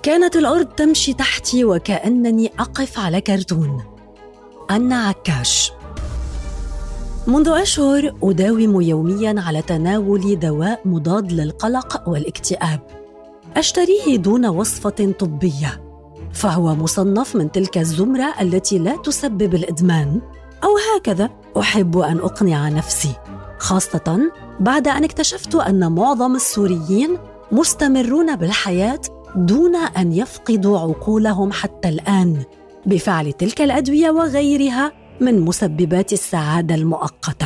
كانت الأرض تمشي تحتي وكأنني أقف على كرتون. أنا عكاش. منذ أشهر أداوم يومياً على تناول دواء مضاد للقلق والاكتئاب. أشتريه دون وصفة طبية، فهو مصنف من تلك الزمرة التي لا تسبب الإدمان، أو هكذا أحب أن أقنع نفسي، خاصة بعد أن اكتشفت أن معظم السوريين مستمرون بالحياة دون أن يفقدوا عقولهم حتى الآن بفعل تلك الأدوية وغيرها من مسببات السعادة المؤقتة.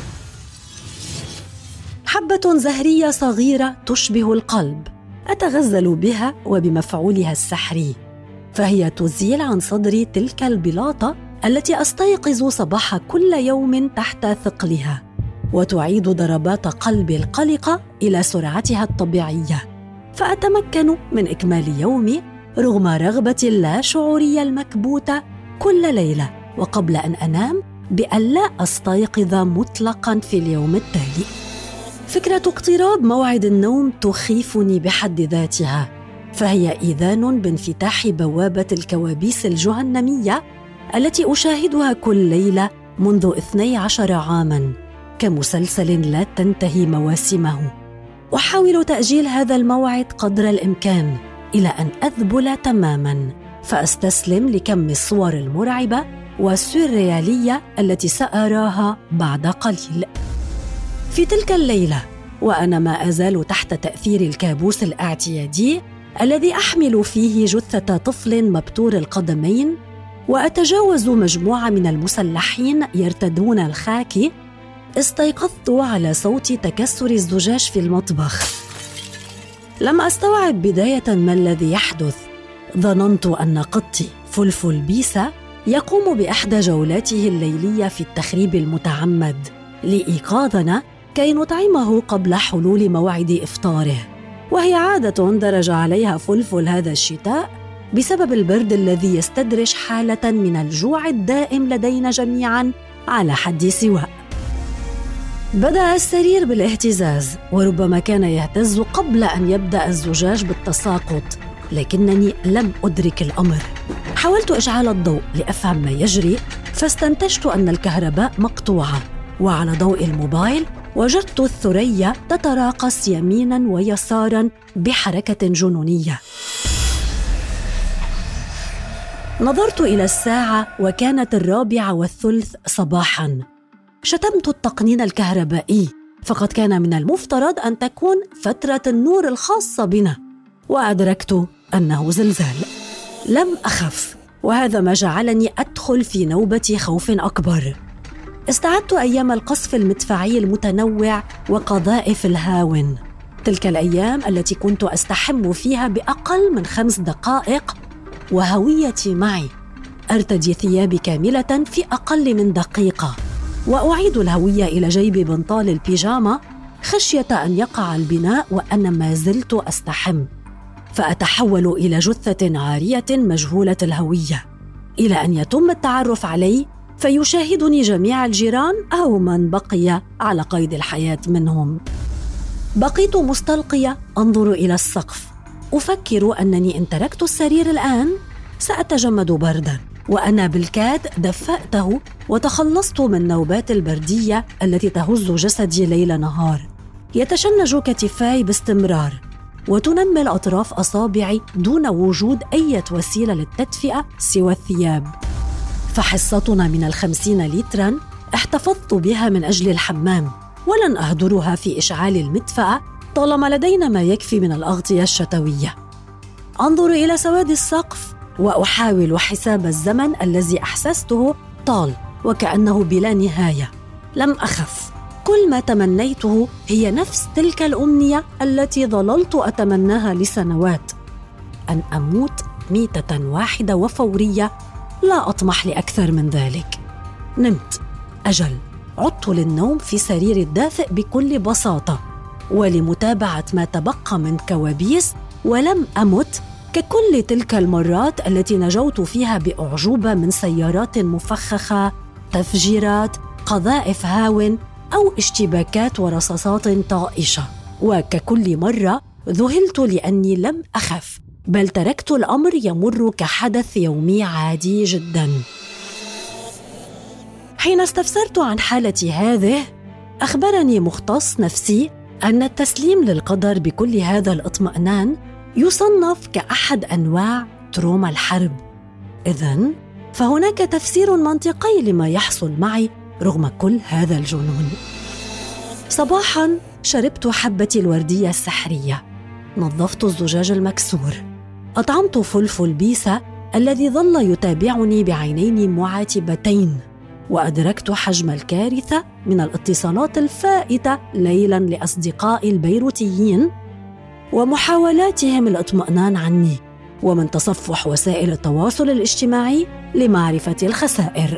حبة زهرية صغيرة تشبه القلب، أتغزل بها وبمفعولها السحري، فهي تزيل عن صدري تلك البلاطة التي أستيقظ صباح كل يوم تحت ثقلها، وتعيد ضربات قلبي القلقة إلى سرعتها الطبيعية، فأتمكن من إكمال يومي رغم رغبتي اللاشعورية المكبوتة كل ليلة، وقبل أن أنام بأن لا أستيقظ مطلقاً في اليوم التالي. فكرة اقتراب موعد النوم تخيفني بحد ذاتها، فهي إذان بانفتاح بوابة الكوابيس الجهنمية التي أشاهدها كل ليلة منذ 12 عاماً كمسلسل لا تنتهي مواسمه. أحاول تأجيل هذا الموعد قدر الإمكان إلى أن أذبل تماماً، فأستسلم لكم الصور المرعبة والسوريالية التي سأراها بعد قليل. في تلك الليلة وأنا ما أزال تحت تأثير الكابوس الاعتيادي الذي أحمل فيه جثة طفل مبتور القدمين، وأتجاوز مجموعة من المسلحين يرتدون الخاكي، استيقظت على صوت تكسر الزجاج في المطبخ. لم أستوعب بداية ما الذي يحدث. ظننت أن قطي فلفل بيسا يقوم بإحدى جولاته الليلية في التخريب المتعمد لإيقاظنا كي نطعمه قبل حلول موعد إفطاره، وهي عادة درج عليها فلفل هذا الشتاء بسبب البرد الذي يستدرج حالة من الجوع الدائم لدينا جميعاً على حد سواء. بدأ السرير بالاهتزاز، وربما كان يهتز قبل أن يبدأ الزجاج بالتساقط، لكنني لم أدرك الأمر. حاولت إشعال الضوء لأفهم ما يجري، فاستنتجت أن الكهرباء مقطوعة، وعلى ضوء الموبايل وجدت الثريا تتراقص يميناً ويساراً بحركة جنونية. نظرت إلى الساعة وكانت 4:03 صباحاً. شتمت التقنين الكهربائي، فقد كان من المفترض أن تكون فترة النور الخاصة بنا، وأدركت أنه زلزال. لم أخف، وهذا ما جعلني أدخل في نوبة خوف أكبر. استعدت أيام القصف المدفعي المتنوع وقذائف الهاون، تلك الأيام التي كنت أستحم فيها بأقل من 5 دقائق وهويتي معي. أرتدي ثيابي كاملة في أقل من دقيقة، وأعيد الهوية إلى جيب بنطال البيجاما خشية أن يقع البناء وأنا ما زلت أستحم، فأتحول إلى جثة عارية مجهولة الهوية، إلى أن يتم التعرف علي فيشاهدني جميع الجيران أو من بقي على قيد الحياة منهم. بقيت مستلقية أنظر إلى السقف، أفكر أنني إن تركت السرير الآن سأتجمد بارداً، وأنا بالكاد دفأته وتخلصت من نوبات البردية التي تهز جسدي ليل نهار. يتشنج كتفاي باستمرار، وتنمل أطراف أصابعي دون وجود أي وسيلة للتدفئة سوى الثياب. فحصتنا من 50 لتراً احتفظت بها من أجل الحمام، ولن أهدرها في إشعال المدفأة طالما لدينا ما يكفي من الأغطية الشتوية. أنظر إلى سواد السقف وأحاول حساب الزمن الذي أحسسته طال وكأنه بلا نهاية. لم أخف. كل ما تمنيته هي نفس تلك الأمنية التي ظللت أتمناها لسنوات، أن أموت ميتة واحدة وفورية، لا أطمح لأكثر من ذلك. نمت. أجل، عدت للنوم في سرير الدافئ بكل بساطة ولمتابعة ما تبقى من كوابيس، ولم أمت ككل تلك المرات التي نجوت فيها بأعجوبة من سيارات مفخخة، تفجيرات، قذائف هاون أو اشتباكات ورصاصات طائشة. وككل مرة ذهلت لأني لم أخف، بل تركت الأمر يمر كحدث يومي عادي جداً. حين استفسرت عن حالتي هذه، أخبرني مختص نفسي أن التسليم للقدر بكل هذا الاطمئنان يصنف كأحد أنواع تروما الحرب. إذن فهناك تفسير منطقي لما يحصل معي رغم كل هذا الجنون. صباحاً شربت حبتي الوردية السحرية، نظفت الزجاج المكسور، أطعمت فلفل بيسا الذي ظل يتابعني بعينين معاتبتين، وأدركت حجم الكارثة من الاتصالات الفائتة ليلاً لأصدقائي البيروتيين ومحاولاتهم الاطمئنان عني، ومن تصفح وسائل التواصل الاجتماعي لمعرفة الخسائر.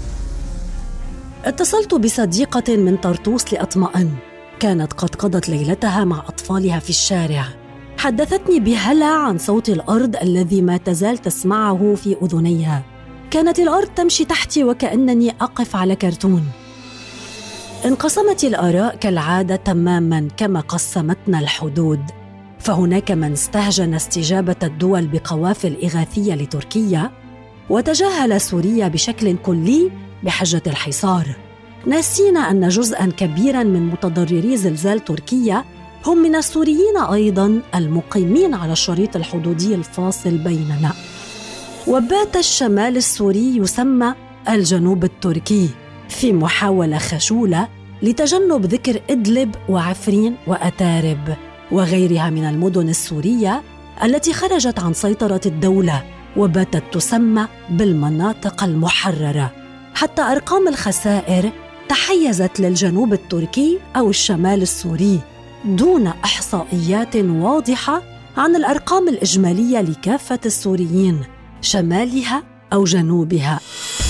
اتصلت بصديقة من طرطوس لأطمئن، كانت قد قضت ليلتها مع أطفالها في الشارع. حدثتني بهلع عن صوت الأرض الذي ما تزال تسمعه في أذنيها. كانت الأرض تمشي تحتي وكأنني أقف على كرتون. انقسمت الآراء كالعادة تماماً كما قسمتنا الحدود، فهناك من استهجن استجابة الدول بقوافل إغاثية لتركيا، وتجاهل سوريا بشكل كلي بحجة الحصار، ناسين أن جزءاً كبيراً من متضرري زلزال تركيا هم من السوريين أيضاً المقيمين على الشريط الحدودي الفاصل بيننا. وبات الشمال السوري يسمى الجنوب التركي في محاولة خجولة لتجنب ذكر إدلب وعفرين وأتارب وغيرها من المدن السورية التي خرجت عن سيطرة الدولة وباتت تسمى بالمناطق المحررة. حتى أرقام الخسائر تحيزت للجنوب التركي أو الشمال السوري دون إحصائيات واضحة عن الأرقام الإجمالية لكافة السوريين شمالها أو جنوبها.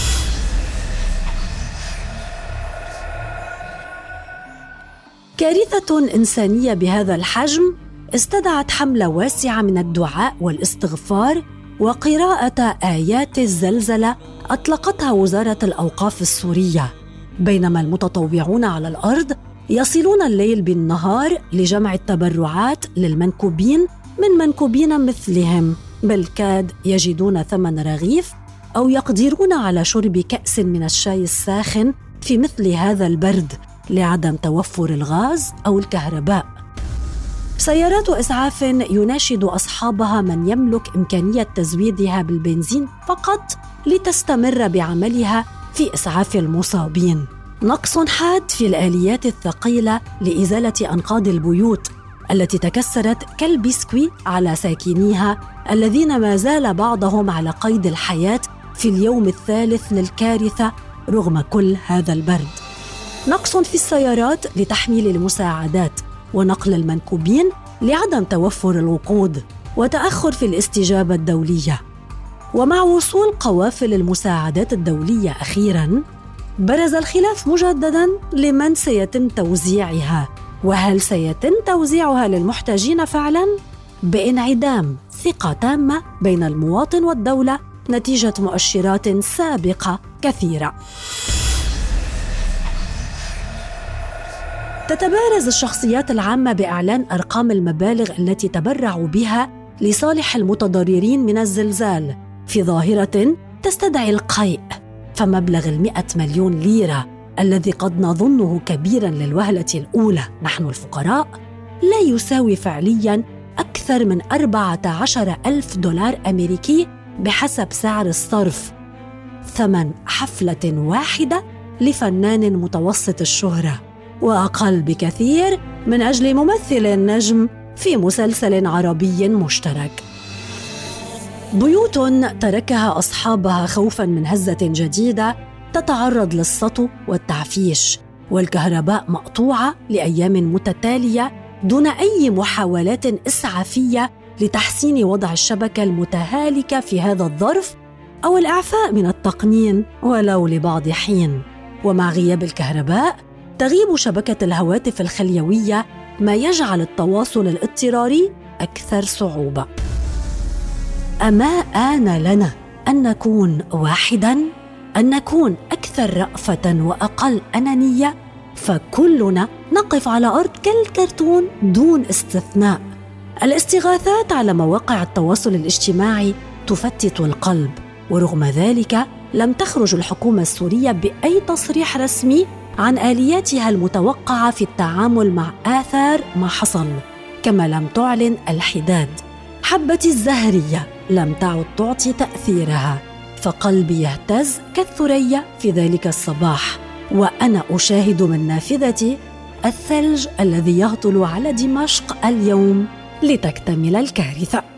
كارثة إنسانية بهذا الحجم استدعت حملة واسعة من الدعاء والاستغفار وقراءة آيات الزلزلة أطلقتها وزارة الأوقاف السورية، بينما المتطوعون على الأرض يصلون الليل بالنهار لجمع التبرعات للمنكوبين من منكوبين مثلهم، بل كاد يجدون ثمن رغيف أو يقدرون على شرب كأس من الشاي الساخن في مثل هذا البرد لعدم توفر الغاز أو الكهرباء. سيارات إسعاف يناشد أصحابها من يملك إمكانية تزويدها بالبنزين فقط لتستمر بعملها في إسعاف المصابين. نقص حاد في الآليات الثقيلة لإزالة أنقاض البيوت التي تكسرت كالبسكوي على ساكنيها الذين ما زال بعضهم على قيد الحياة في اليوم الثالث للكارثة رغم كل هذا البرد. نقص في السيارات لتحميل المساعدات ونقل المنكوبين لعدم توفر الوقود، وتأخر في الاستجابة الدولية. ومع وصول قوافل المساعدات الدولية أخيراً، برز الخلاف مجدداً لمن سيتم توزيعها، وهل سيتم توزيعها للمحتاجين فعلاً؟ بانعدام ثقة تامة بين المواطن والدولة نتيجة مؤشرات سابقة كثيرة. تتبارز الشخصيات العامة بإعلان أرقام المبالغ التي تبرعوا بها لصالح المتضررين من الزلزال في ظاهرة تستدعي القيء، فمبلغ 100 مليون ليرة الذي قد نظنه كبيراً للوهلة الأولى نحن الفقراء لا يساوي فعلياً أكثر من 14,000 دولار أمريكي بحسب سعر الصرف، ثمن حفلة واحدة لفنان متوسط الشهرة، وأقل بكثير من أجل ممثل نجم في مسلسل عربي مشترك. بيوت تركها أصحابها خوفاً من هزة جديدة تتعرض للسطو والتعفيش، والكهرباء مقطوعة لأيام متتالية دون أي محاولات إسعافية لتحسين وضع الشبكة المتهالكة في هذا الظرف أو الإعفاء من التقنين ولو لبعض حين. ومع غياب الكهرباء تغيب شبكة الهواتف الخليوية، ما يجعل التواصل الاضطراري أكثر صعوبة. أما آن لنا أن نكون واحداً، أن نكون أكثر رأفة وأقل أنانية، فكلنا نقف على أرض كالكرتون دون استثناء. الاستغاثات على مواقع التواصل الاجتماعي تفتت القلب، ورغم ذلك لم تخرج الحكومة السورية بأي تصريح رسمي عن آلياتها المتوقعة في التعامل مع آثار ما حصل، كما لم تعلن الحداد. حبة الزهرية لم تعد تعطي تأثيرها، فقلبي يهتز كالثريا في ذلك الصباح وأنا أشاهد من نافذتي الثلج الذي يهطل على دمشق اليوم لتكتمل الكارثة.